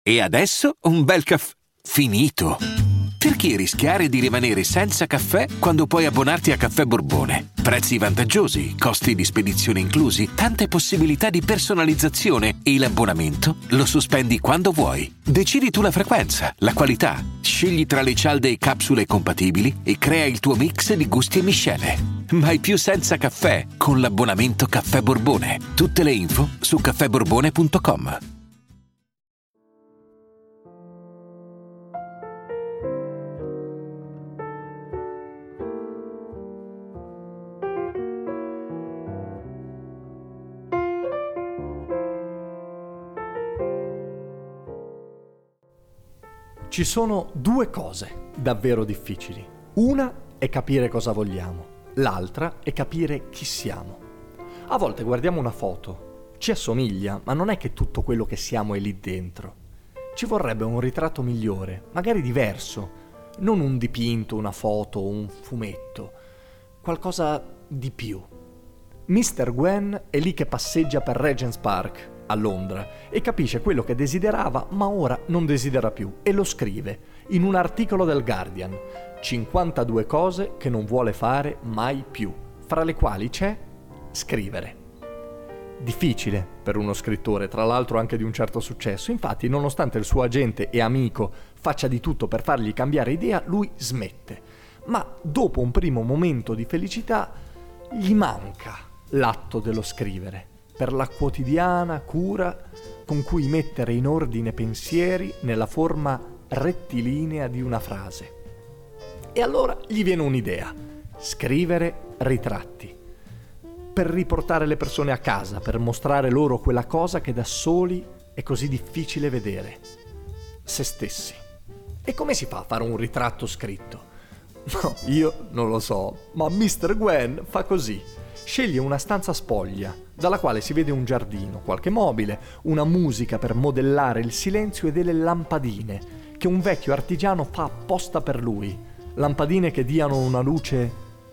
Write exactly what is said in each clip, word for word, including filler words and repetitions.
E adesso un bel caffè finito. Perché rischiare di rimanere senza caffè quando puoi abbonarti a Caffè Borbone? Prezzi vantaggiosi, costi di spedizione inclusi, tante possibilità di personalizzazione e l'abbonamento lo sospendi quando vuoi. Decidi tu la frequenza, la qualità, scegli tra le cialde e capsule compatibili e crea il tuo mix di gusti e miscele. Mai più senza caffè con l'abbonamento Caffè Borbone. Tutte le info su caffè borbone punto com. Ci sono due cose davvero difficili. Una è capire cosa vogliamo, l'altra è capire chi siamo. A volte guardiamo una foto, ci assomiglia, ma non è che tutto quello che siamo è lì dentro. Ci vorrebbe un ritratto migliore, magari diverso, non un dipinto, una foto o un fumetto, qualcosa di più. mister Gwen è lì che passeggia per Regent's Park a Londra e capisce quello che desiderava, ma ora non desidera più, e lo scrive in un articolo del Guardian: cinquantadue cose che non vuole fare mai più, fra le quali c'è scrivere. Difficile per uno scrittore, tra l'altro anche di un certo successo. Infatti, nonostante il suo agente e amico faccia di tutto per fargli cambiare idea, lui smette. Ma dopo un primo momento di felicità gli manca l'atto dello scrivere, per la quotidiana cura con cui mettere in ordine pensieri nella forma rettilinea di una frase. E allora gli viene un'idea: scrivere ritratti, per riportare le persone a casa, per mostrare loro quella cosa che da soli è così difficile vedere, se stessi. E come si fa a fare un ritratto scritto? No, io non lo so, ma mister Gwen fa così. Sceglie una stanza spoglia, dalla quale si vede un giardino, qualche mobile, una musica per modellare il silenzio e delle lampadine che un vecchio artigiano fa apposta per lui. Lampadine che diano una luce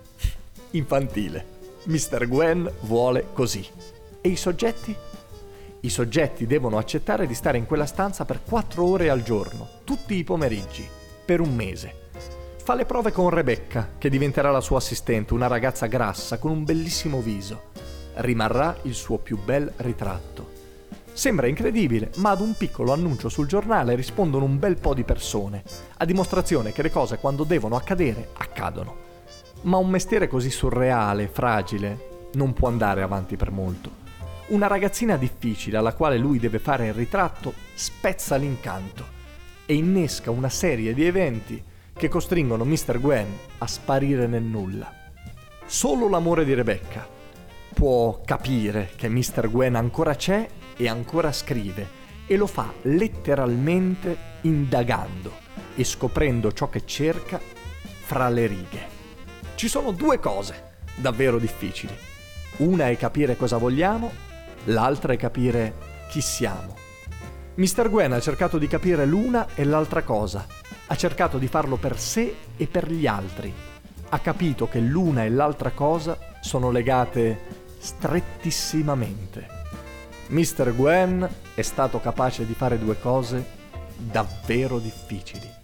infantile. mister Gwen vuole così. E i soggetti? I soggetti devono accettare di stare in quella stanza per quattro ore al giorno, tutti i pomeriggi, per un mese. Fa le prove con Rebecca, che diventerà la sua assistente, una ragazza grassa con un bellissimo viso. Rimarrà il suo più bel ritratto. Sembra incredibile, ma ad un piccolo annuncio sul giornale rispondono un bel po' di persone, a dimostrazione che le cose quando devono accadere, accadono. Ma un mestiere così surreale, fragile, non può andare avanti per molto. Una ragazzina difficile alla quale lui deve fare il ritratto spezza l'incanto e innesca una serie di eventi che costringono mister Gwen a sparire nel nulla. Solo l'amore di Rebecca può capire che mister Gwen ancora c'è e ancora scrive, e lo fa letteralmente indagando e scoprendo ciò che cerca fra le righe. Ci sono due cose davvero difficili. Una è capire cosa vogliamo, l'altra è capire chi siamo. mister Gwen ha cercato di capire l'una e l'altra cosa. Ha cercato di farlo per sé e per gli altri. Ha capito che l'una e l'altra cosa sono legate strettissimamente. mister Gwen è stato capace di fare due cose davvero difficili.